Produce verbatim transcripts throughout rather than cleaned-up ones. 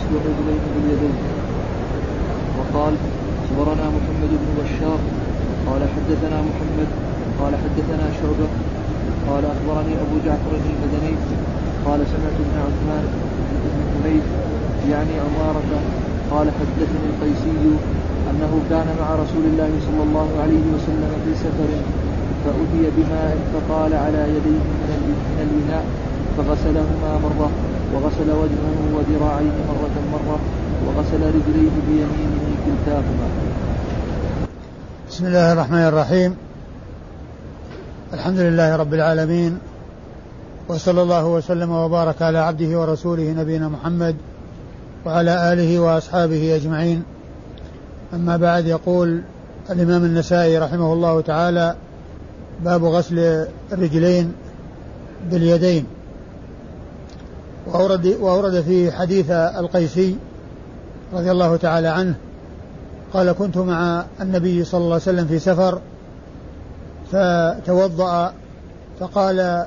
غسل الرجلين باليدين. وقال أخبرنا محمد بن بشار قال حدثنا محمد قال حدثنا شعبة قال أخبرني أبو جعفر المدني قال سمعت ابن عثمان بن حنيف يعني عمارة قال حدثني القيسي أنه كان مع رسول الله صلى الله عليه وسلم في سفر فأتي بماء فقال على يديه من الإناء فغسلهما مرة وغسل وجهه وذراعيه مرة مرة وغسل رجليه بيمينه كلتاهما. بسم الله الرحمن الرحيم. الحمد لله رب العالمين، وصلى الله وسلم وبارك على عبده ورسوله نبينا محمد وعلى آله وأصحابه أجمعين. أما بعد، يقول الإمام النسائي رحمه الله تعالى: باب غسل الرجلين باليدين. وأورد, وأورد في حديث القيسي رضي الله تعالى عنه قال: كنت مع النبي صلى الله عليه وسلم في سفر فتوضأ فقال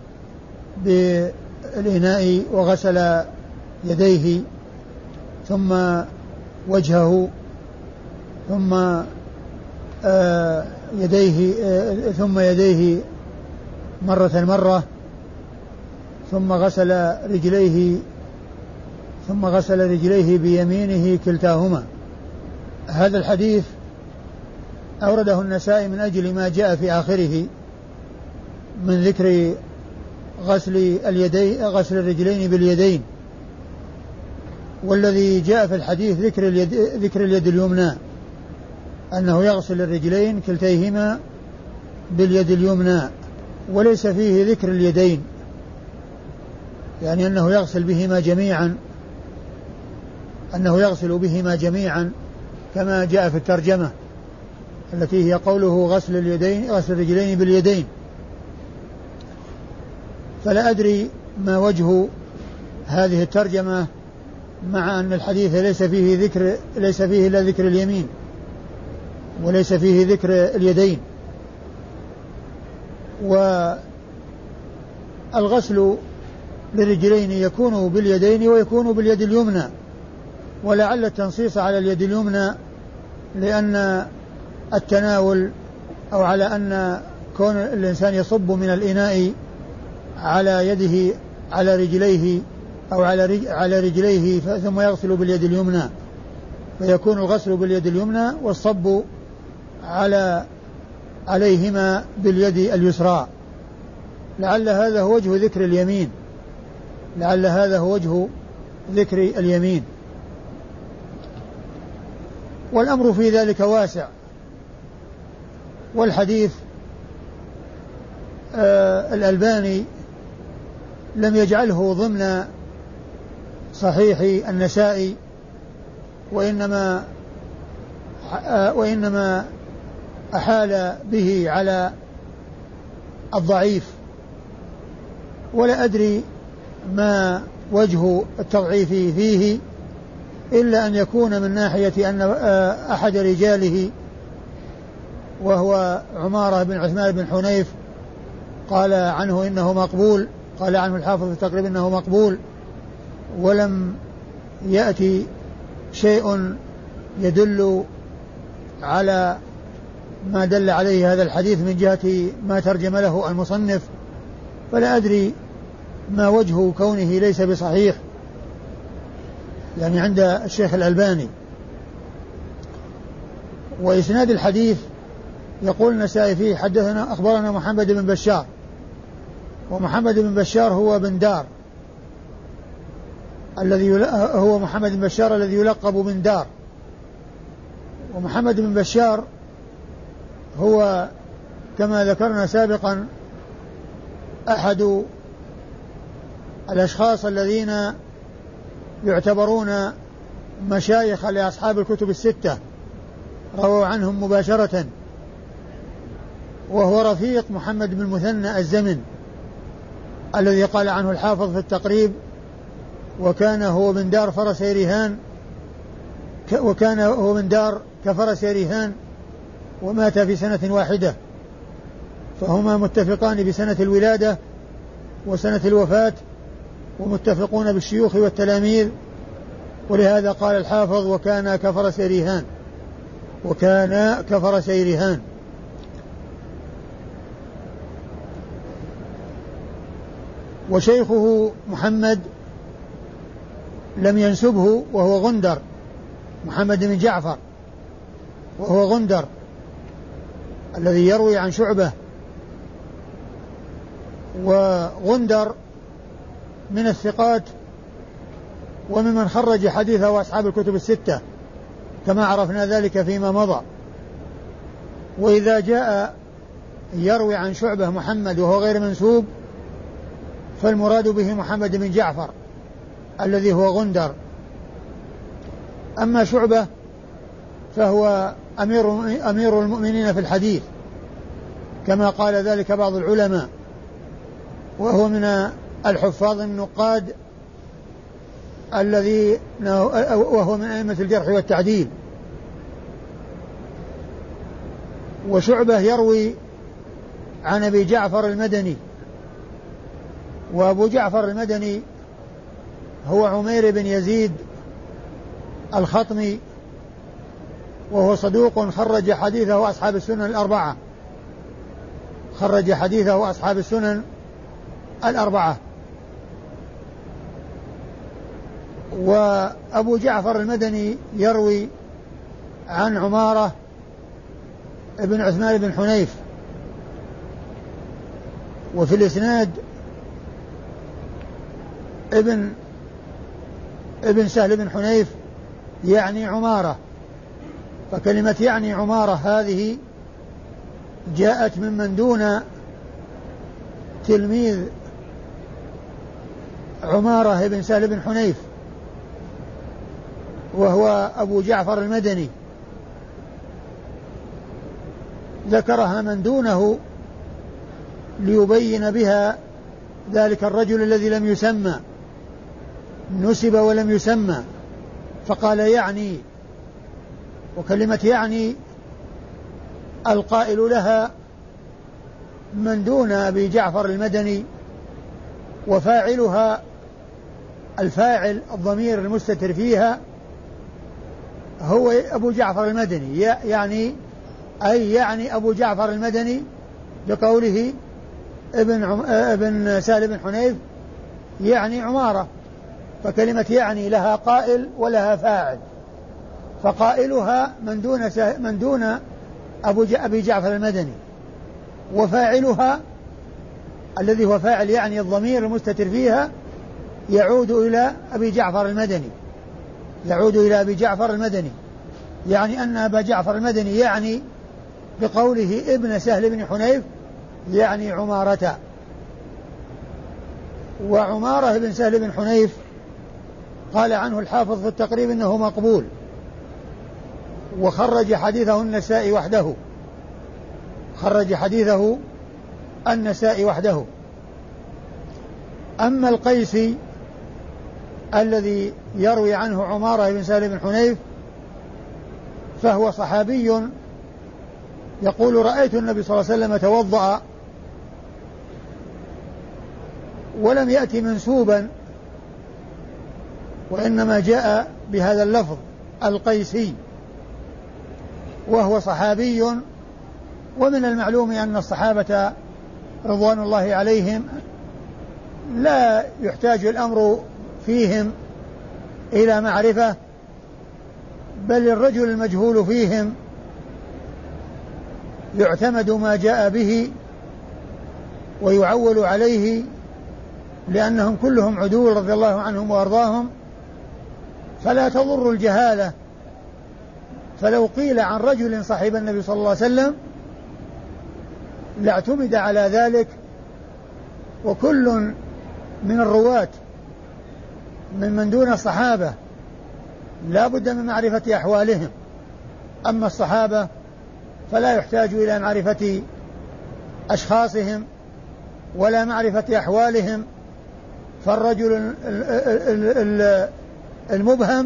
بالإناء وغسل يديه ثم وجهه ثم آه يديه آه ثم يديه مرة مرة ثم غسل رجليه ثم غسل رجليه بيمينه كلتاهما. هذا الحديث أورده النسائي من أجل ما جاء في آخره من ذكر غسل اليدين غسل الرجلين باليدين، والذي جاء في الحديث ذكر اليد, ذكر اليد اليمنى، أنه يغسل الرجلين كلتيهما باليد اليمنى، وليس فيه ذكر اليدين، يعني أنه يغسل بهما جميعا أنه يغسل بهما جميعا كما جاء في الترجمة التي هي قوله غسل اليدين غسل الرجلين باليدين. فلا أدري ما وجه هذه الترجمة، مع أن الحديث ليس فيه ذكر ليس فيه إلا ذكر اليمين وليس فيه ذكر اليدين. والغسل للرجلين يكون باليدين ويكون باليد اليمنى، ولعل التنصيص على اليد اليمنى لأن التناول أو على أن كون الإنسان يصب من الإناء على يده على رجليه أو على على رجليه ثم يغسل باليد اليمنى، فيكون الغسل باليد اليمنى والصب على عليهما باليد اليسرى. لعل هذا هو وجه ذكر اليمين لعل هذا هو وجه ذكر اليمين والأمر في ذلك واسع. والحديث آه الألباني لم يجعله ضمن صحيح النسائي، وإنما آه وإنما أحال به على الضعيف، ولا أدري ما وجه التضعيف فيه، إلا أن يكون من ناحية أن أحد رجاله وهو عمارة بن عثمان بن حنيف قال عنه إنه مقبول، قال عنه الحافظ في التقريب إنه مقبول، ولم يأتي شيء يدل على ما دل عليه هذا الحديث من جهة ما ترجم له المصنف، فلا أدري ما وجه كونه ليس بصحيح يعني عند الشيخ الألباني. وإسناد الحديث يقول النسائي فيه: حدثنا أخبرنا محمد بن بشار، ومحمد بن بشار هو بن دار الذي هو محمد بن بشار الذي يلقب بن دار. ومحمد بن بشار هو كما ذكرنا سابقا أحد الأشخاص الذين يعتبرون مشايخ لأصحاب الكتب الستة، رووا عنهم مباشرة، وهو رفيق محمد بن المثنى الزمن الذي قال عنه الحافظ في التقريب: وكان هو من دار فرس ريهان وكان هو من دار كفرس ريهان ومات في سنة واحدة، فهما متفقان بسنة الولادة وسنة الوفاة، ومتفقون بالشيوخ والتلاميذ، ولهذا قال الحافظ وكان كفر سيرهان، وكان كفر سيرهان. وشيخه محمد لم ينسبه وهو غندر، محمد بن جعفر وهو غندر الذي يروي عن شعبة. وغندر من الثقات وممن خرج حديثه أصحاب الكتب الستة كما عرفنا ذلك فيما مضى. وإذا جاء يروي عن شعبة محمد وهو غير منسوب فالمراد به محمد بن جعفر الذي هو غندر. أما شعبة فهو أمير, أمير المؤمنين في الحديث كما قال ذلك بعض العلماء، وهو من الحفاظ النقاد الذي وهو من أئمة الجرح والتعديل. وشعبة يروي عن أبي جعفر المدني، وأبو جعفر المدني هو عمير بن يزيد الخطمي، وهو صدوق خرج حديثه أصحاب السنن الأربعة، خرج حديثه أصحاب السنن الأربعة. وأبو جعفر المدني يروي عن عمارة ابن عثمان بن حنيف، وفي الإسناد ابن ابن سهل بن حنيف يعني عمارة، فكلمة يعني عمارة هذه جاءت ممن دون تلميذ عمارة بن سهل بن حنيف وهو أبو جعفر المدني، ذكرها من دونه ليبين بها ذلك الرجل الذي لم يسمى، نسب ولم يسمى، فقال يعني. وكلمة يعني القائل لها من دون أبي جعفر المدني، وفاعلها الفاعل الضمير المستتر فيها هو أبو جعفر المدني، يعني أي يعني أبو جعفر المدني بقوله ابن, عم... ابن سهل بن حنيف يعني عمارة، فكلمة يعني لها قائل ولها فاعل، فقائلها من دون سه... من دون أبو ج... أبي جعفر المدني، وفاعلها الذي هو فاعل يعني الضمير المستتر فيها يعود إلى أبي جعفر المدني، يعود إلى أبي جعفر المدني، يعني أن أبا جعفر المدني يعني بقوله ابن سهل بن حنيف يعني عمارة. وعمارة بن سهل بن حنيف قال عنه الحافظ في التقريب إنه مقبول، وخرج حديثه النسائي وحده، خرج حديثه النسائي وحده. أما القيسي الذي يروي عنه عمارة بن سهل بن حنيف فهو صحابي يقول رأيت النبي صلى الله عليه وسلم توضأ، ولم يأتي منسوبا، وإنما جاء بهذا اللفظ القيسي، وهو صحابي. ومن المعلوم أن الصحابة رضوان الله عليهم لا يحتاج الأمر فيهم إلى معرفة، بل الرجل المجهول فيهم يعتمد ما جاء به ويعول عليه، لأنهم كلهم عدول رضي الله عنهم وأرضاهم، فلا تضر الجهالة. فلو قيل عن رجل صحيب النبي صلى الله عليه وسلم لاعتمد على ذلك، وكل من الرواة من من دون الصحابة لا بد من معرفة أحوالهم، أما الصحابة فلا يحتاج إلى معرفة أشخاصهم ولا معرفة أحوالهم، فالرجل المبهم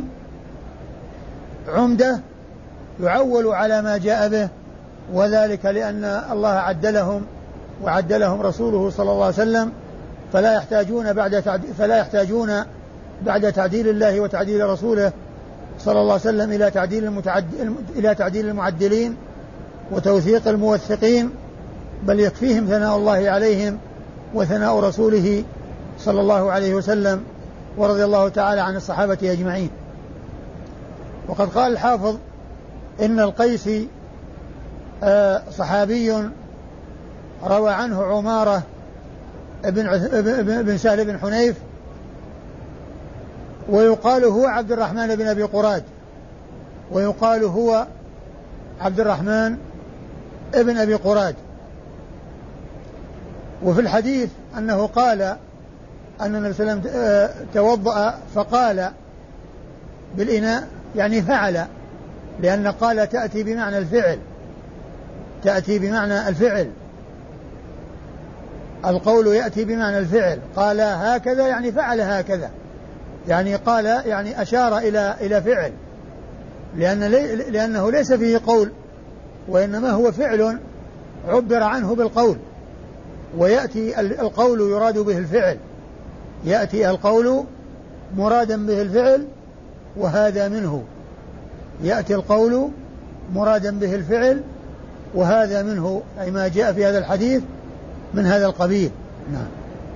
عمدة يعول على ما جاء به، وذلك لأن الله عدلهم وعدلهم رسوله صلى الله عليه وسلم، فلا يحتاجون بعد فلا يحتاجون بعد تعديل الله وتعديل رسوله صلى الله عليه وسلم إلى تعديل المتعد... إلى تعديل المعدلين وتوثيق الموثقين، بل يكفيهم ثناء الله عليهم وثناء رسوله صلى الله عليه وسلم، ورضي الله تعالى عن الصحابة أجمعين. وقد قال الحافظ إن القيسي صحابي روى عنه عمارة بن سهل بن حنيف، ويقال هو عبد الرحمن بن أبي قراد، ويقال هو عبد الرحمن ابن أبي قراد. وفي الحديث أنه قال أن النبي صلى الله عليه وسلم توضأ فقال بالإناء، يعني فعل، لأن قال تأتي بمعنى الفعل، تأتي بمعنى الفعل، القول يأتي بمعنى الفعل. قال هكذا يعني فعل هكذا، يعني قال يعني أشار إلى إلى فعل، لأن لي لأنه ليس فيه قول، وإنما هو فعل عبر عنه بالقول، ويأتي القول يراد به الفعل، يأتي القول مرادا به الفعل، وهذا منه، يأتي القول مرادا به الفعل وهذا منه، أي ما جاء في هذا الحديث من هذا القبيل. نعم.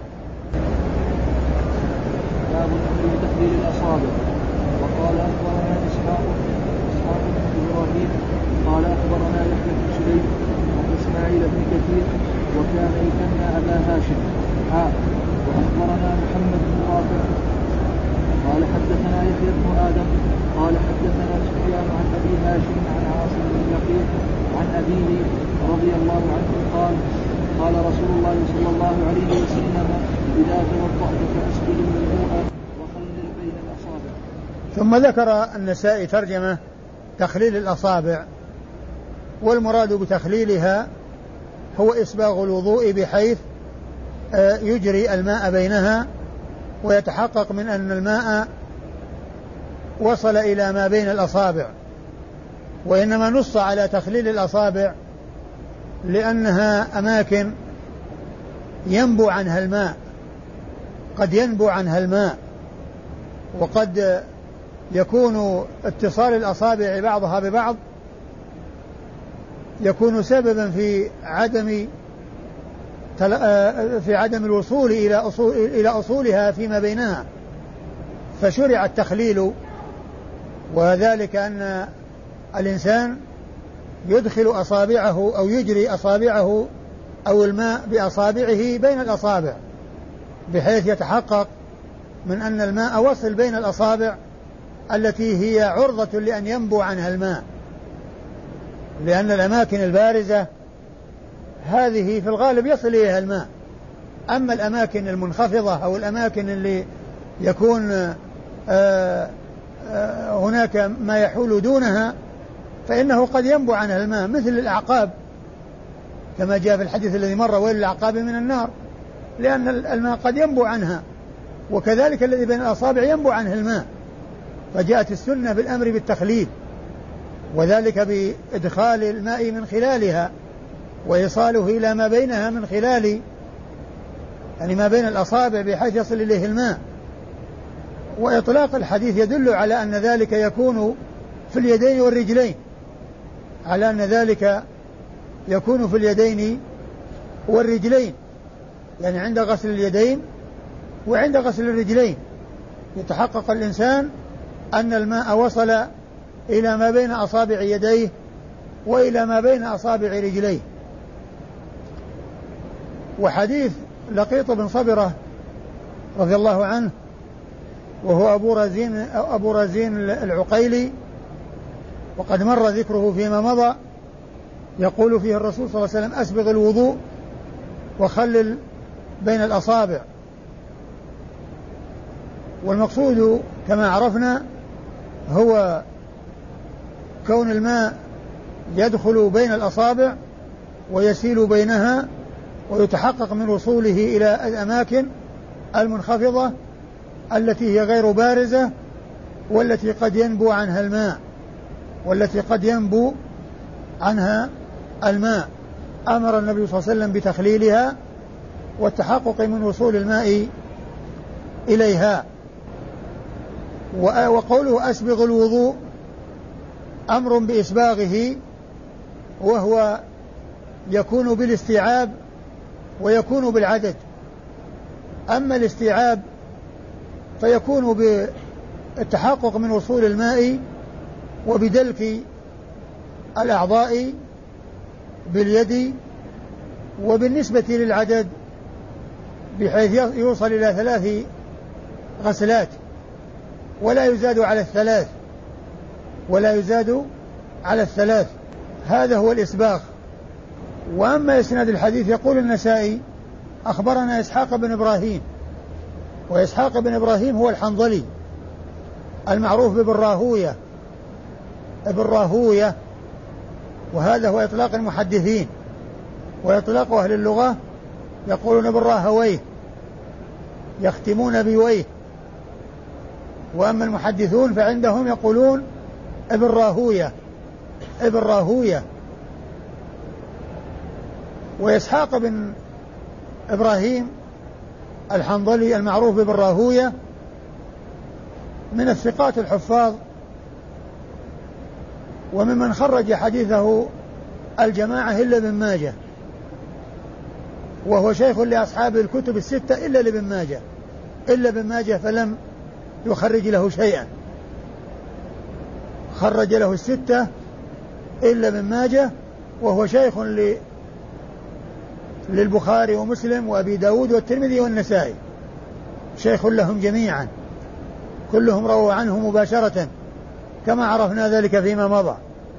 باب الأمر بتحليل الأصابع. وقال أخبرنا إسحاق إسحاق بن إبراهيم قال أخبرنا يحيى بن سليم وإسماعيل بن كثير وكان يكنى أبا هاشم حاء. وأخبرنا محمد بن رافع قال حدثنا يحيى بن آدم قال حدثنا سفيان عن أبي هاشم عن عاصم بن لقيط عن أبيه رضي الله عنه قال قال رسول الله صلى الله عليه وسلم إذا توضأت فأسبغ الوضوء وخلل بين الأصابع. ثم ذكر النسائي ترجمة تخليل الأصابع، والمراد بتخليلها هو إسباغ الوضوء بحيث يجري الماء بينها ويتحقق من أن الماء وصل إلى ما بين الأصابع. وإنما نص على تخليل الأصابع لأنها أماكن ينبو عنها الماء، قد ينبو عنها الماء، وقد يكون اتصال الأصابع بعضها ببعض يكون سببا في عدم في عدم الوصول إلى أصول إلى أصولها فيما بينها، فشرع التخليل، وذلك أن الإنسان يدخل أصابعه أو يجري أصابعه أو الماء بأصابعه بين الأصابع بحيث يتحقق من أن الماء وصل بين الأصابع التي هي عرضة لأن ينبو عنها الماء، لأن الأماكن البارزة هذه في الغالب يصل إليها الماء، أما الأماكن المنخفضة أو الأماكن اللي يكون آآ آآ هناك ما يحول دونها فإنه قد ينبو عنها الماء، مثل الأعقاب كما جاء في الحديث الذي مر ويل الأعقاب من النار، لأن الماء قد ينبو عنها، وكذلك الذي بين الأصابع ينبو عنه الماء، فجاءت السنة بالأمر بالتخليل، وذلك بإدخال الماء من خلالها وإيصاله إلى ما بينها من خلال يعني ما بين الأصابع بحيث يصل إليه الماء. وإطلاق الحديث يدل على أن ذلك يكون في اليدين والرجلين، على أن ذلك يكون في اليدين والرجلين، يعني عند غسل اليدين وعند غسل الرجلين يتحقق الإنسان أن الماء وصل إلى ما بين أصابع يديه وإلى ما بين أصابع رجليه. وحديث لقيط بن صبرة رضي الله عنه وهو أبو رزين, أبو رزين العقيلي، وقد مر ذكره فيما مضى، يقول فيه الرسول صلى الله عليه وسلم أسبغ الوضوء وخلل بين الأصابع. والمقصود كما عرفنا هو كون الماء يدخل بين الأصابع ويسيل بينها ويتحقق من وصوله إلى الأماكن المنخفضة التي هي غير بارزة والتي قد ينبو عنها الماء والتي قد ينبو عنها الماء. أمر النبي صلى الله عليه وسلم بتخليلها والتحقق من وصول الماء إليها. وقوله أسبغ الوضوء أمر بإسباغه، وهو يكون بالاستيعاب ويكون بالعدد. أما الاستيعاب فيكون بالتحقق من وصول الماء وبدلك الأعضاء باليد، وبالنسبة للعدد بحيث يوصل إلى ثلاث غسلات ولا يزاد على الثلاث ولا يزاد على الثلاث هذا هو الإسباغ. وأما إسناد الحديث يقول النسائي أخبرنا إسحاق بن إبراهيم، وإسحاق بن إبراهيم هو الحنظلي المعروف بابن راهوية ابن راهوية، وهذا هو إطلاق المحدثين، وإطلاق أهل اللغة يقولون ابن راهويه يختمون بويه، وأما المحدثون فعندهم يقولون ابن راهوية ابن راهوية. وإسحاق بن إبراهيم الحنظلي المعروف بابن راهوية من الثقات الحفاظ، وممن خرج حديثه الجماعة إلا ابن ماجه، وهو شيخ لأصحاب الكتب الستة إلا لابن ماجه إلا ابن ماجه فلم يخرج له شيئا، خرج له الستة إلا ابن ماجه، وهو شيخ ل للبخاري ومسلم وأبي داود والترمذي والنسائي، شيخ لهم جميعا، كلهم رووا عنه مباشرة كما عرفنا ذلك فيما مضى.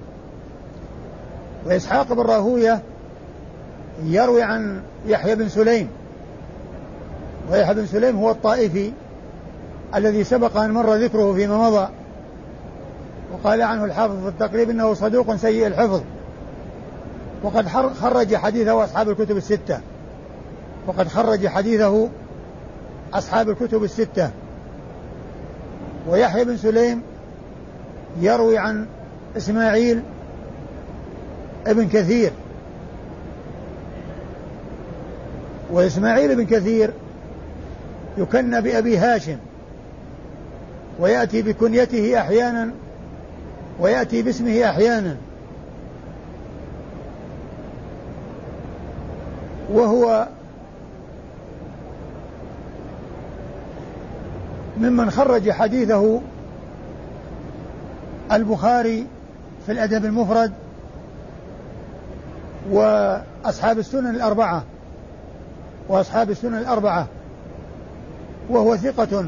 وإسحاق بن راهوية يروي عن يحيى بن سليم، ويحيى بن سليم هو الطائفي الذي سبق أن مر ذكره فيما مضى، وقال عنه الحافظ في التقريب إنه صدوق سيء الحفظ، وقد خرج حديثه أصحاب الكتب الستة وقد خرج حديثه أصحاب الكتب الستة. ويحيى بن سليم يروي عن إسماعيل ابن كثير، وإسماعيل ابن كثير يكنى بأبي هاشم، ويأتي بكنيته أحيانا ويأتي باسمه أحيانا، وهو ممن خرج حديثه البخاري في الأدب المفرد وأصحاب السنن الأربعة وأصحاب السنن الأربعة وهو ثقة.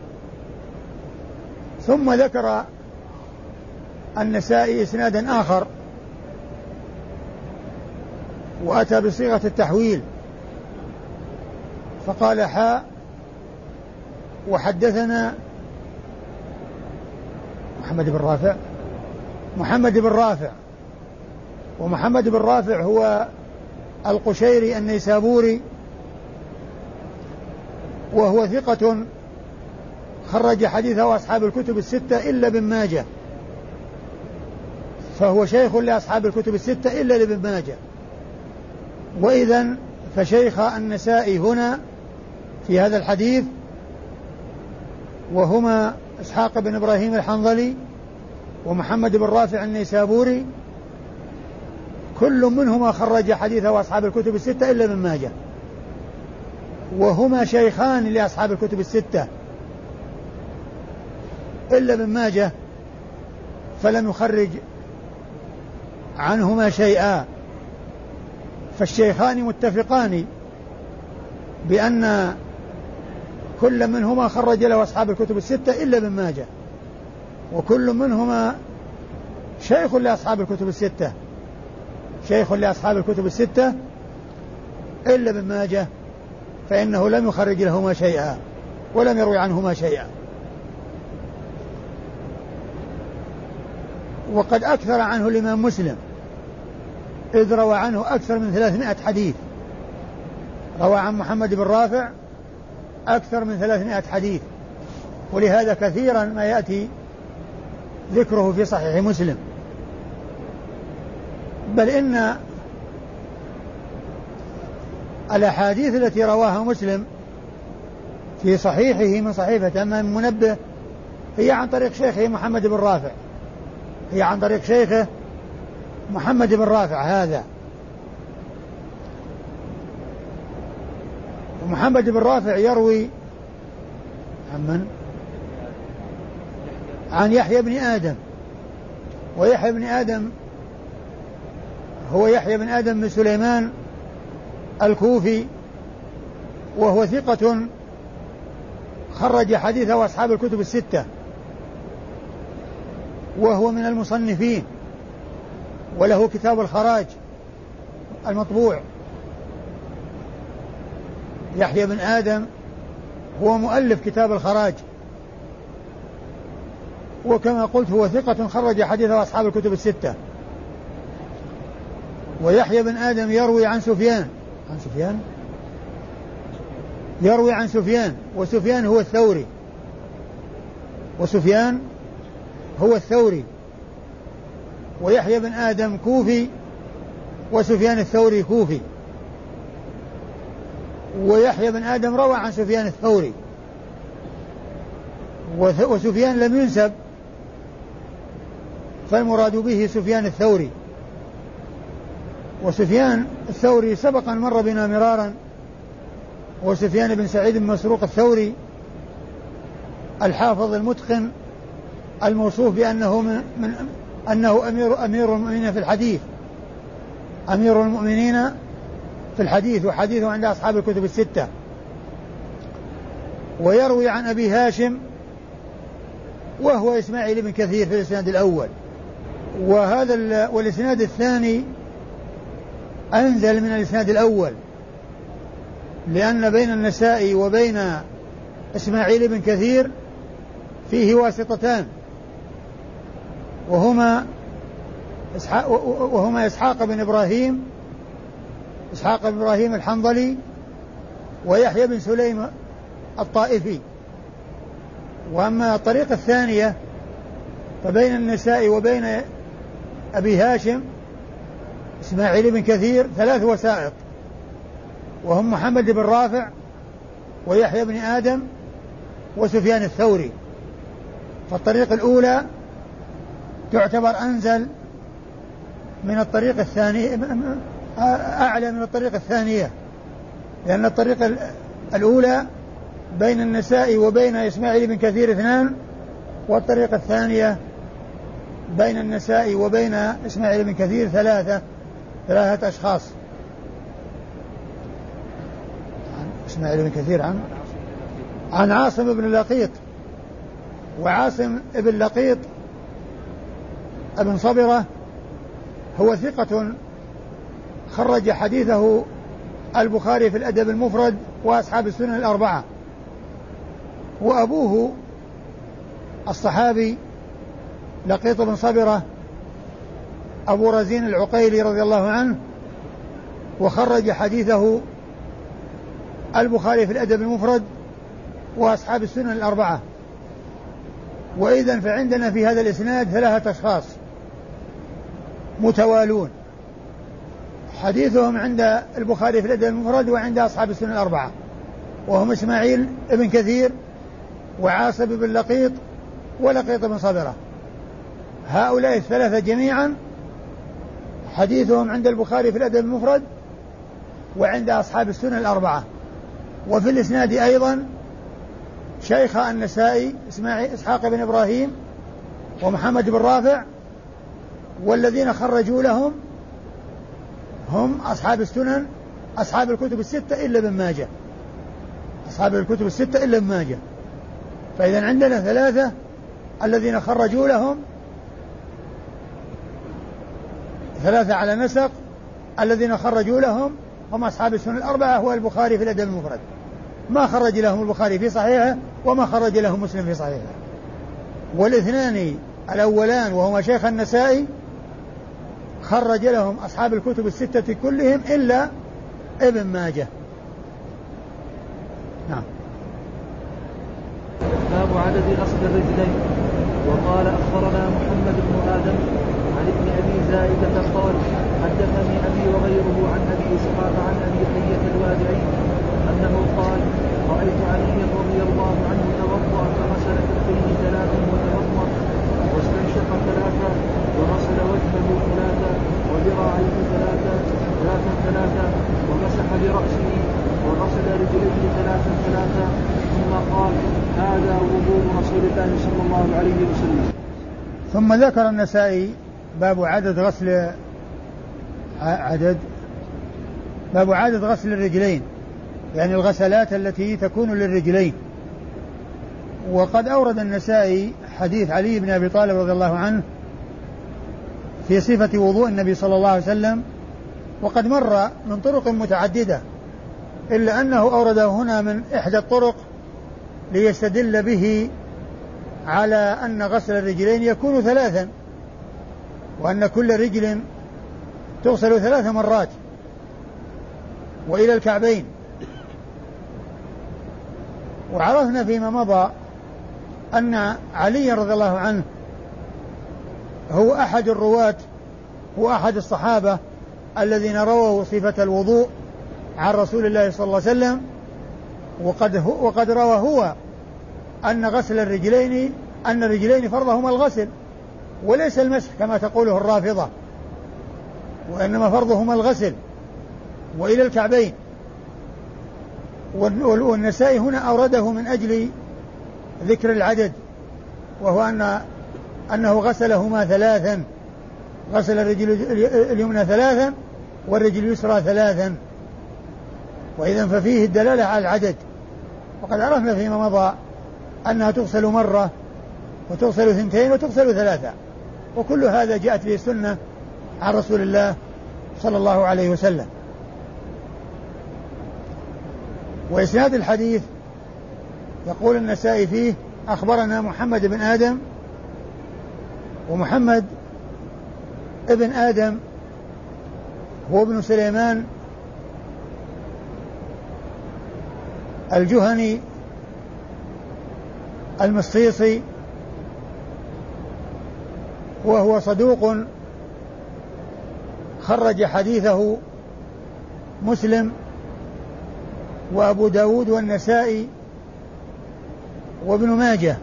ثم ذكر النسائي إسنادا آخر وأتى بصيغة التحويل فقال حاء وحدثنا محمد بن رافع محمد بن رافع ومحمد بن رافع هو القشيري النيسابوري، وهو ثقة خرج حديثه أصحاب الكتب الستة إلا ابن ماجه، فهو شيخ لأصحاب الكتب الستة إلا لابن ماجه. وإذن فشيخ النسائي هنا في هذا الحديث وهما إسحاق بن إبراهيم الحنظلي ومحمد بن رافع النيسابوري، كل منهما خرج حديثه أصحاب الكتب الستة إلا ابن ماجه، وهما شيخان لأصحاب الكتب الستة إلا ابن ماجه فلم يخرج عنهما شيئا، فالشيخان متفقان بأن كل منهما خرج له أصحاب الكتب الستة إلا ابن ماجه، وكل منهما شيخ لأصحاب الكتب الستة شيخ لأصحاب الكتب الستة إلا ابن ماجه، فإنه لم يخرج لهما شيئا ولم يروي عنهما شيئا. وقد أكثر عنه الإمام مسلم إذ روى عنه أكثر من ثلاثمائة حديث، روى عن محمد بن رافع أكثر من ثلاثمائة حديث، ولهذا كثيرا ما يأتي ذكره في صحيح مسلم. بل إن الأحاديث التي رواها مسلم في صحيحه من صحيفة أما منبه هي عن طريق شيخه محمد بن رافع هي عن طريق شيخه محمد بن رافع هذا. ومحمد بن رافع يروي عن من؟ عن يحيى بن آدم. ويحيى بن آدم هو يحيى بن آدم بن سليمان الكوفي، وهو ثقة خرج حديثه أصحاب الكتب الستة، وهو من المصنفين، وله كتاب الخراج المطبوع. يحيى بن آدم هو مؤلف كتاب الخراج، وكما قلت هو ثقة خرج حديثه أصحاب الكتب الستة. ويحيى بن آدم يروي عن سفيان عن سفيان يروي عن سفيان وسفيان هو الثوري وسفيان هو الثوري ويحيى بن آدم كوفي وسفيان الثوري كوفي. ويحيى بن آدم روى عن سفيان الثوري، وسفيان لم ينسب، فالمراد به سفيان الثوري. وسفيان الثوري سبقا مر بنا مرارا، وسفيان بن سعيد بن مسروق الثوري الحافظ المتقن الموصوف بأنه من, من أنه أمير أمير المؤمنين في الحديث أمير المؤمنين في الحديث وحديثه عند أصحاب الكتب الستة. ويروي عن أبي هاشم وهو إسماعيل بن كثير في الإسناد الأول. وهذا والإسناد الثاني أنزل من الإسناد الأول، لأن بين النسائي وبين إسماعيل بن كثير فيه واسطتان، وهما إسحاق, وهما إسحاق بن إبراهيم إسحاق بن إبراهيم الحنظلي ويحيى بن سليم الطائفي. وأما الطريقة الثانية فبين النسائي وبين أبي هاشم إسماعيل بن كثير ثلاث وسائط، وهم محمد بن رافع ويحيى بن آدم وسفيان الثوري. فالطريقة الأولى تعتبر أنزل من الطريقة الثانية، أعلى من الطريقة الثانية، لأن الطريقة الأولى بين النسائي وبين إسماعيل بن كثير اثنان، والطريقة الثانية بين النسائي وبين إسماعيل بن كثير ثلاثة ثلاثة أشخاص. إسماعيل بن كثير عن عن عاصم بن لقيط، وعاصم بن لقيط ابن صبرة هو ثقة خرج حديثه البخاري في الأدب المفرد وأصحاب السنن الأربعة. وأبوه الصحابي لقيط بن صبرة أبو رزين العقيلي رضي الله عنه، وخرج حديثه البخاري في الأدب المفرد وأصحاب السنن الأربعة. وإذن فعندنا في هذا الإسناد ثلاثة أشخاص متوالون حديثهم عند البخاري في الأدب المفرد وعند أصحاب السنن الأربعة، وهم إسماعيل بن كثير وعاصم بن لقيط ولقيط بن صبرة. هؤلاء الثلاثة جميعا حديثهم عند البخاري في الأدب المفرد وعند أصحاب السنن الأربعة. وفي الإسناد أيضا شيخ النسائي إسحاق بن إبراهيم ومحمد بن رافع، والذين خرجوا لهم هم أصحاب السنن أصحاب الكتب الستة إلا ابن ماجه أصحاب الكتب الستة إلا ابن ماجه. فإذا عندنا ثلاثة الذين خرجوا لهم، ثلاثة على نسق الذين خرجوا لهم هم أصحاب السنن الأربعة، هو البخاري في الأدب المفرد ما خرج لهم البخاري في صحيحه وما خرج لهم مسلم في صحيحه. والاثنان الأولان وهما شيخ النسائي خرج لهم أصحاب الكتب الستة كلهم إلا ابن ماجه. نعم. باب عدد أصل الرجلين. وقال أخبرنا محمد بن آدم عن ابن أبي زائدة قال حدثني أبي وغيره عن أبي إسحاق عن أبي حية الوادعي أنه قال رأيت عليا رضي الله عنه توضأ فغسل كفيه ثلاثا رسول الله صلى الله عليه وسلم. ثم ذكر النسائي باب عدد غسل عدد باب عدد غسل الرجلين، يعني الغسلات التي تكون للرجلين. وقد أورد النسائي حديث علي بن أبي طالب رضي الله عنه في صفة وضوء النبي صلى الله عليه وسلم، وقد مر من طرق متعددة، إلا أنه أورده هنا من إحدى الطرق ليستدل به على أن غسل الرجلين يكون ثلاثا، وأن كل رجل تغسل ثلاث مرات وإلى الكعبين. وعرفنا فيما مضى أن علي رضي الله عنه هو أحد الرواة، هو أحد الصحابة الذين رووا صفة الوضوء عن رسول الله صلى الله عليه وسلم، وقد, وقد روى هو أن غسل الرجلين أن الرجلين فرضهما الغسل وليس المسح كما تقوله الرافضة، وإنما فرضهما الغسل وإلى الكعبين. والنسائي هنا أورده من أجل ذكر العدد، وهو أن أنه غسلهما ثلاثا، غسل الرجل اليمنى ثلاثا والرجل اليسرى ثلاثا، وإذن ففيه الدلالة على العدد. وقد عرفنا فيما مضى أنها تغسل مرة وتغسل ثنتين وتغسل ثلاثة، وكل هذا جاءت به السنة عن رسول الله صلى الله عليه وسلم. وإسناد الحديث يقول النسائي فيه أخبرنا محمد بن آدم، ومحمد ابن آدم هو ابن سليمان الجهني المصيصي، وهو صدوق خرج حديثه مسلم وأبو داود والنسائي وابن ماجه،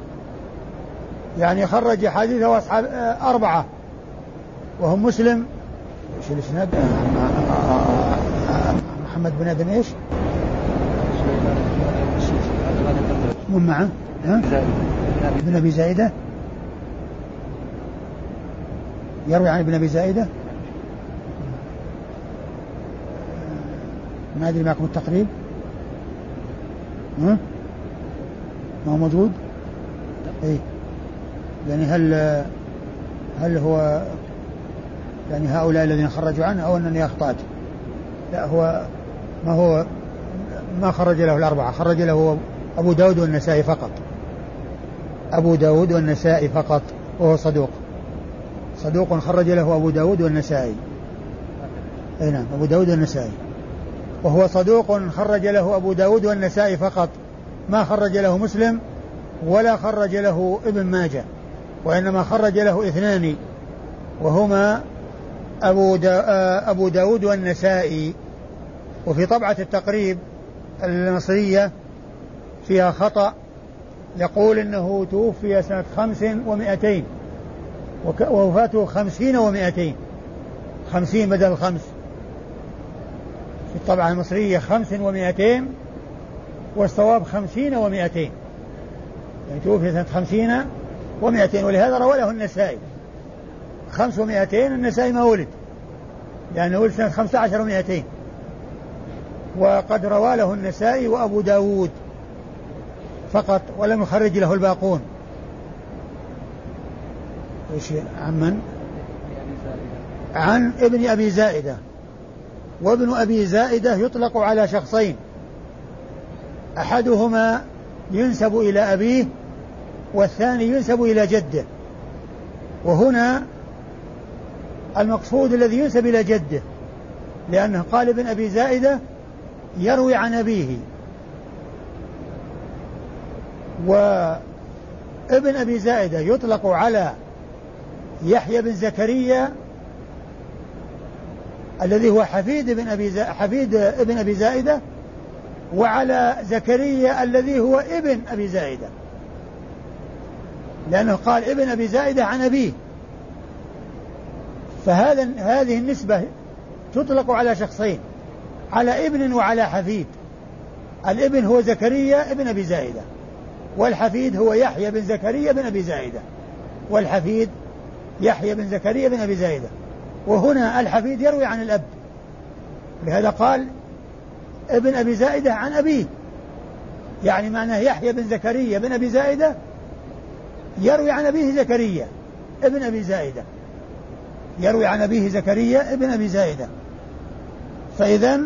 يعني خرج حديثه أصحاب أربعة وهم مسلم. ايش الاسناد؟ محمد بن آدم ايش؟ من معه؟ ابن أبي زائدة يروي عن ابن أبي زائدة. ما أدري معكم التقريب؟ ها؟ ما هو موجود؟ إيه؟ يعني هل هل هو يعني هؤلاء الذين خرجوا عنه أو أنني أخطأت؟ لا، هو ما هو ما خرج له الأربعة، خرج له أبو داود والنسائي فقط، أبو داود والنسائي فقط، وهو صدوق صدوق خرج له أبو داود والنسائي. أي نعم، أبو داود والنسائي، وهو صدوق خرج له أبو داود والنسائي فقط، ما خرج له مسلم ولا خرج له ابن ماجه، وإنما خرج له اثنان وهما أبو, دا أبو داود والنسائي. وفي طبعة التقريب المصرية فيها خطأ، يقول إنه توفي سنة خمس ومائتين ووفاته خمسين ومائتين، خمسين بدل الخمس. في الطبعة المصرية خمس ومائتين والصواب خمسين ومائتين، يعني توفي سنة خمسين ومائتين، ولهذا روى له النسائي خمس ومائتين، النسائي ما ولد لأنه ولد سنة خمسة عشر ومائتين، وقد روى له النسائي وأبو داود فقط ولم يخرج له الباقون. إيش عن من؟ عن ابن أبي زائدة. وابن أبي زائدة يطلق على شخصين، أحدهما ينسب إلى أبيه والثاني ينسب إلى جده، وهنا المقصود الذي ينسب إلى جده، لأنه قال ابن أبي زائدة يروي عن أبيه، وابن أبي زائدة يطلق على يحيى بن زكريا الذي هو حفيد ابن أبي زائدة حفيد ابن أبي زائدة، وعلى زكريا الذي هو ابن أبي زائدة، لأنه قال ابن أبي زائدة عن أبيه، فهذا هذه النسبة تطلق على شخصين، على ابن وعلى حفيد. الابن هو زكريا ابن أبي زائدة، والحفيد هو يحيى بن زكريا بن أبي زائدة، والحفيد يحيى بن زكريا بن أبي زائدة. وهنا الحفيد يروي عن الأب، لهذا قال ابن أبي زائدة عن أبيه، يعني معناه يحيى بن زكريا بن أبي زائدة يروي عن أبيه زكريا ابن أبي زائدة، يروي عن أبيه زكريا ابن أبي زائدة. فإذن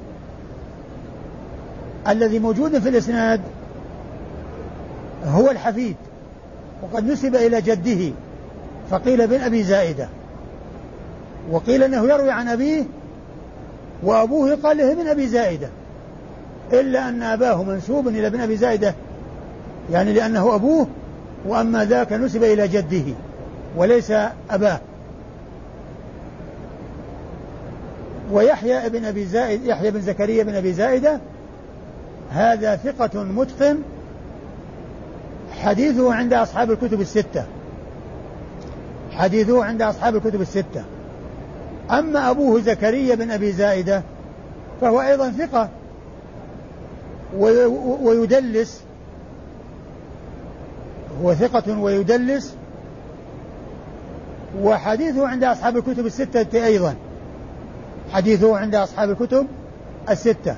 الذي موجود في الإسناد هو الحفيد، وقد نسب إلى جده فقيل ابن أبي زائدة، وقيل أنه يروي عن أبيه وأبوه قال له ابن أبي زائدة، إلا أن أباه منسوب إلى ابن أبي زائدة يعني لأنه أبوه، وأما ذاك نسب إلى جده وليس أباه. ويحيى ابن أبي زائد يحيى بن زكريا بن أبي زائدة هذا ثقة متقن، حديثه عند أصحاب الكتب الستة، حديثه عند أصحاب الكتب الستة. أما أبوه زكريا بن أبي زائدة فهو أيضا ثقة ويدلس، هو ثقة ويدلس، وحديثه عند أصحاب الكتب الستة أيضا، حديثه عند أصحاب الكتب الستة.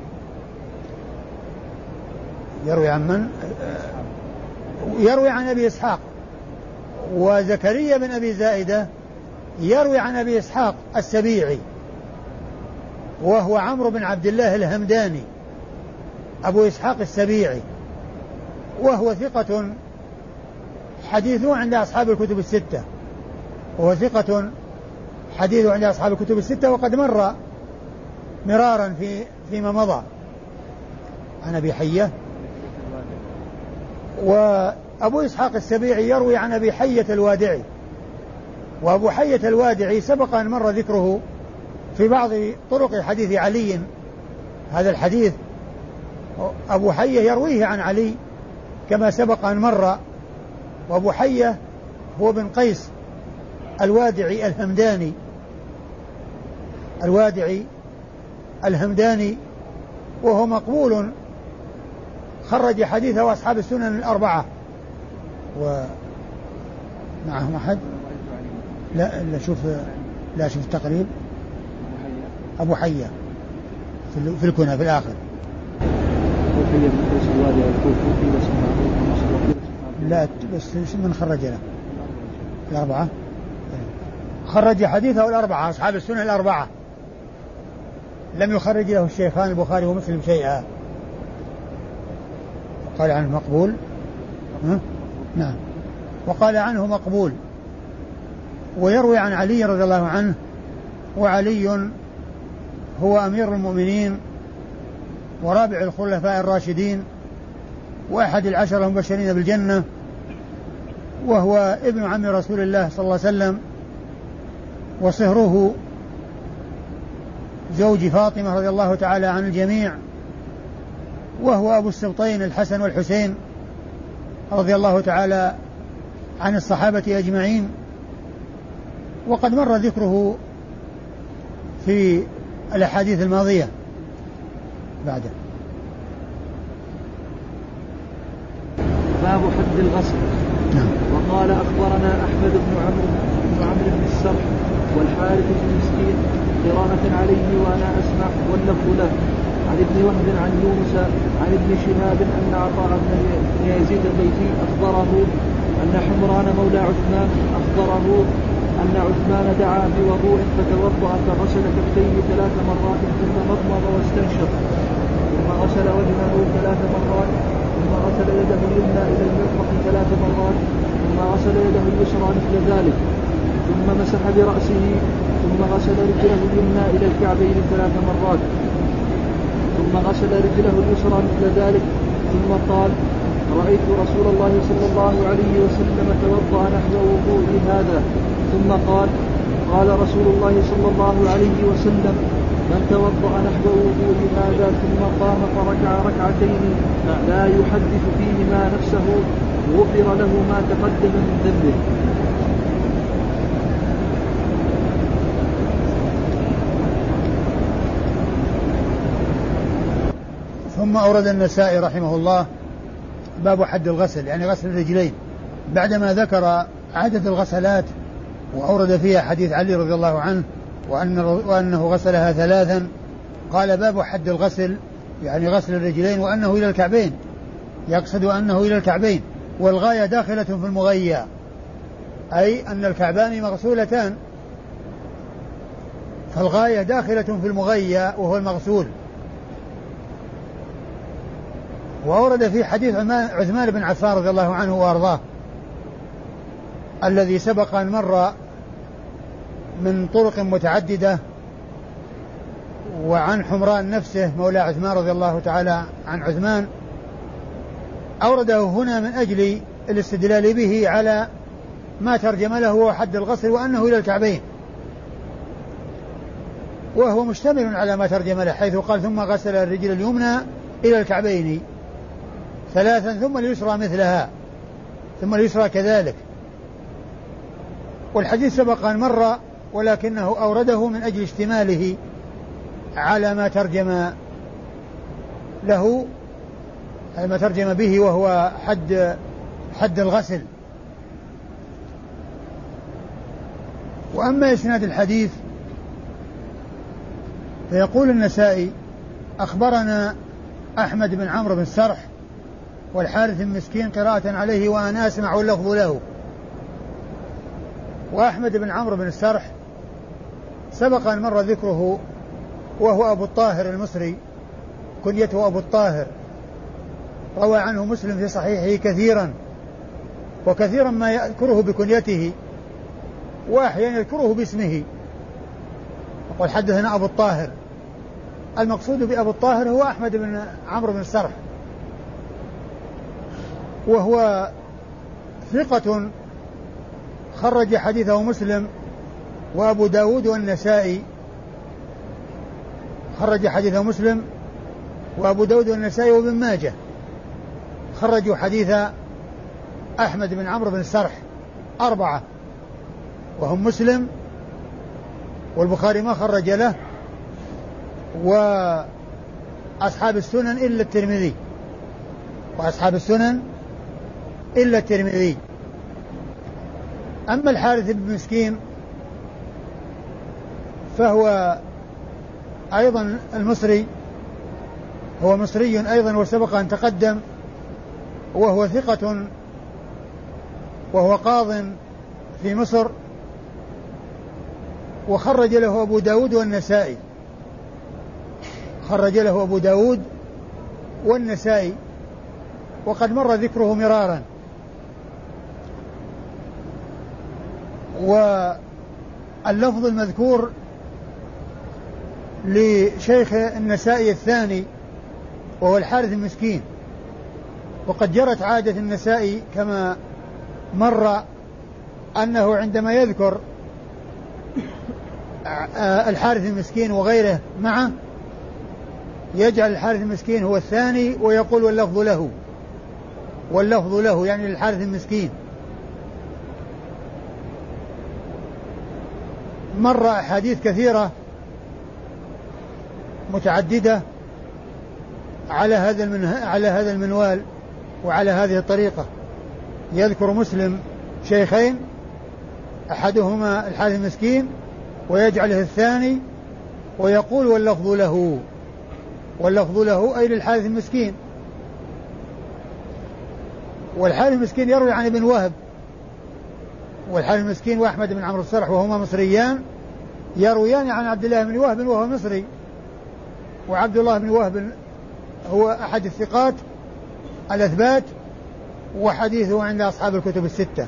يروي عن من؟ يروي عن أبي إسحاق. وزكريا بن أبي زائدة يروي عن أبي إسحاق السبيعي وهو عمرو بن عبد الله الهمداني أبو إسحاق السبيعي، وهو ثقة حديثه عند أصحاب الكتب الستة، وهو ثقة حديثه عند أصحاب الكتب الستة، وقد مر مرارا في فيما مضى. عن أبي حية. وأبو إسحاق السبيعي يروي عن أبي حية الوادعي، وأبو حية الوادعي سبق أن مر ذكره في بعض طرق حديث علي، هذا الحديث أبو حية يرويه عن علي كما سبق أن مر. وأبو حية هو بن قيس الوادعي الهمداني، الوادعي الهمداني، وهو مقبول، خرج حديثه أصحاب السنن الأربعة. ومعهم أحد؟ لا لا شوف لا شوف التقريب. أبو حية في الكنى في الآخر. لا بس من خرج له الأربعة، خرج حديثه الأربعة أصحاب السنن الأربعة، لم يخرج له الشيخان البخاري ومسلم شيئا. قال عنه مقبول. نعم. وقال عنه مقبول. ويروي عن علي رضي الله عنه، وعلي هو أمير المؤمنين ورابع الخلفاء الراشدين وأحد العشرة المبشرين بالجنة، وهو ابن عم رسول الله صلى الله عليه وسلم، وصهره زوج فاطمة رضي الله تعالى عن الجميع، وهو أبو السبطين الحسن والحسين رضي الله تعالى عن الصحابة أجمعين، وقد مر ذكره في الأحاديث الماضية بعده. باب حد الغسل. نعم. وقال أخبرنا أحمد بن عمرو بن عمرو بن السرح والحارث بن مسكين قراءة عليه وأنا أسمع واللفظ له، عن ابن وهب عن يونس عن ابن شهاب أن عطاء بن يزيد البيتي أخبره أن حمران مولى عثمان أخبره أن عثمان دعا بوضوء فتوضأ فغسل كفيه ثلاث مرات ثم مضمض واستنشق ثم غسل وجهه ثلاث مرات ثم غسل يده اليمنى إلى المرفق ثلاث مرات ثم غسل يده اليسرى مثل ذلك ثم مسح برأسه ثم غسل رجله اليمنى إلى الكعبين ثلاث مرات ثم غسل رجله اليسرى مثل ذلك ثم قال رأيت رسول الله صلى الله عليه وسلم توضأ نحو وضوء هذا ثم قال قال رسول الله صلى الله عليه وسلم من توضأ نحو وضوء هذا ثم قام فركع ركعتين لا يحدث فيهما نفسه غفر له ما تقدم من ذنبه. ثم أورد النسائي رحمه الله باب حد الغسل يعني غسل الرجلين، بعدما ذكر عدد الغسلات وأورد فيها حديث علي رضي الله عنه وأنه غسلها ثلاثا، قال باب حد الغسل يعني غسل الرجلين وأنه إلى الكعبين، يقصد أنه إلى الكعبين، والغاية داخلة في المغيّة، أي أن الكعبان مغسولتان، فالغاية داخلة في المغيّة وهو المغسول. وأورد في حديث عثمان بن عفان رضي الله عنه وأرضاه الذي سبق أن مر من طرق متعددة، وعن حمران نفسه مولى عثمان رضي الله تعالى عن عثمان، أورده هنا من أجل الاستدلال به على ما ترجم له هو حد الغسل وأنه إلى الكعبين، وهو مشتمل على ما ترجم له حيث قال ثم غسل الرجل اليمنى إلى الكعبين ثلاثا ثم اليسرى مثلها ثم اليسرى كذلك. والحديث سبق أن مر ولكنه أورده من أجل اشتماله على ما ترجم له ما ترجم به وهو حد حد الغسل. وأما إسناد الحديث فيقول النسائي أخبرنا أحمد بن عمرو بن السرح والحارث المسكين قراءة عليه وأنا أسمع واللفظ له. وأحمد بن عمرو بن السرح سبق أن مر ذكره وهو أبو الطاهر المصري كنيته أبو الطاهر، روى عنه مسلم في صحيحه كثيرا، وكثيرا ما يذكره بكنيته وأحيانا يذكره باسمه، يقول حدثنا أبو الطاهر. المقصود بأبو الطاهر هو أحمد بن عمرو بن السرح، وهو ثقة خرج حديثه مسلم وأبو داود والنسائي، خرج حديثه مسلم وأبو داود والنسائي وابن ماجه، خرجوا حديث أحمد بن عمرو بن السرح أربعة، وهم مسلم والبخاري ما خرج له، وأصحاب السنن إلا الترمذي وأصحاب السنن إلا الترمذي. أما الحارث بن مسكين فهو أيضا المصري، هو مصري أيضا وسبق أن تقدم، وهو ثقة وهو قاض في مصر، وخرج له أبو داود والنسائي، خرج له أبو داود والنسائي، وقد مر ذكره مرارا. واللفظ المذكور لشيخ النسائي الثاني وهو الحارث المسكين، وقد جرت عادة النسائي كما مر أنه عندما يذكر الحارث المسكين وغيره معه يجعل الحارث المسكين هو الثاني ويقول واللفظ له، واللفظ له يعني للحارث المسكين. مر أحاديث كثيرة متعددة على هذا على هذا المنوال وعلى هذه الطريقة، يذكر مسلم شيخين أحدهما الحارث المسكين ويجعله الثاني ويقول واللفظ له، واللفظ له أي للحارث المسكين. والحارث المسكين يروي عن ابن وهب، والحارث المسكين وأحمد بن عمرو السرح وهما مصريان يرويان عن عبد الله بن وهب وهو مصري، وعبد الله بن وهب هو أحد الثقات الأثبات وحديثه عند أصحاب الكتب الستة.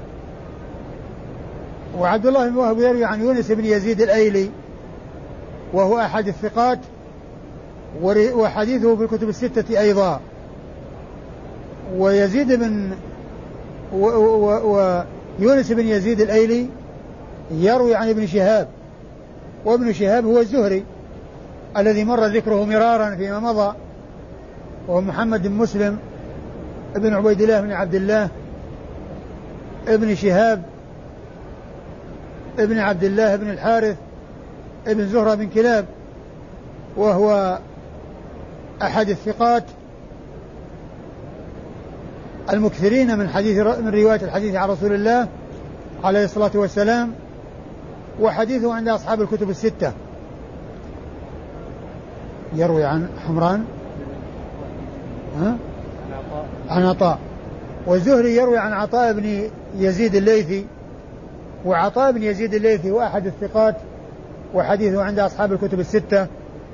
وعبد الله بن وهب يروي عن يونس بن يزيد الأيلي وهو أحد الثقات وحديثه في الكتب الستة أيضا. ويزيد بن ويونس بن يزيد الأيلي يروي عن ابن شهاب، وابن شهاب هو الزهري الذي مر ذكره مرارا فيما مضى، وهو محمد بن مسلم ابن عبيد الله بن عبد الله ابن شهاب ابن عبد الله بن الحارث ابن زهرة بن كلاب، وهو أحد الثقات المكثرين من حديث من رواية الحديث عن رسول الله عليه الصلاة والسلام، وحديثه عند أصحاب الكتب الستة. يروي عن حمران ها؟ عن عطاء. والزهري يروي عن عطاء بن يزيد الليثي، وعطاء بن يزيد الليثي هو أحد الثقات وحديثه عند أصحاب الكتب الستة.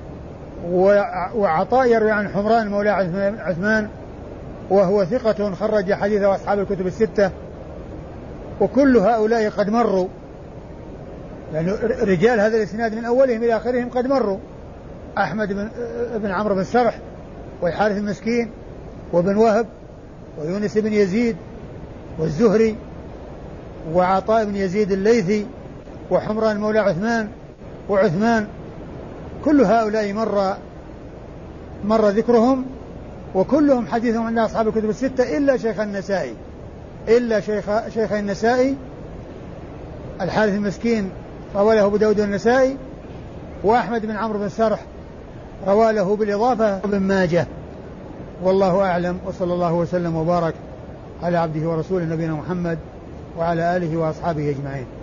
وعطاء يروي عن حمران مولى عثمان وهو ثقة خرج حديثه أصحاب الكتب الستة. وكل هؤلاء قد مروا، يعني رجال هذا الإسناد من أولهم إلى آخرهم قد مروا: أحمد بن, بن عمرو بن السرح، والحارث المسكين، وابن وهب، ويونس بن يزيد، والزهري، وعطاء بن يزيد الليثي، وحمران مولى عثمان، وعثمان. كل هؤلاء مر مر ذكرهم، وكلهم حديثهم عند أصحاب الكتب الستة إلا شيخ النسائي إلا شيخ شيخ النسائي الحارث المسكين روى له أبو داود النسائي، وأحمد بن عمرو بن السرح روى له بالإضافة ابن ماجه. والله أعلم، وصلى الله وسلم وبارك على عبده ورسوله نبينا محمد وعلى آله وأصحابه أجمعين.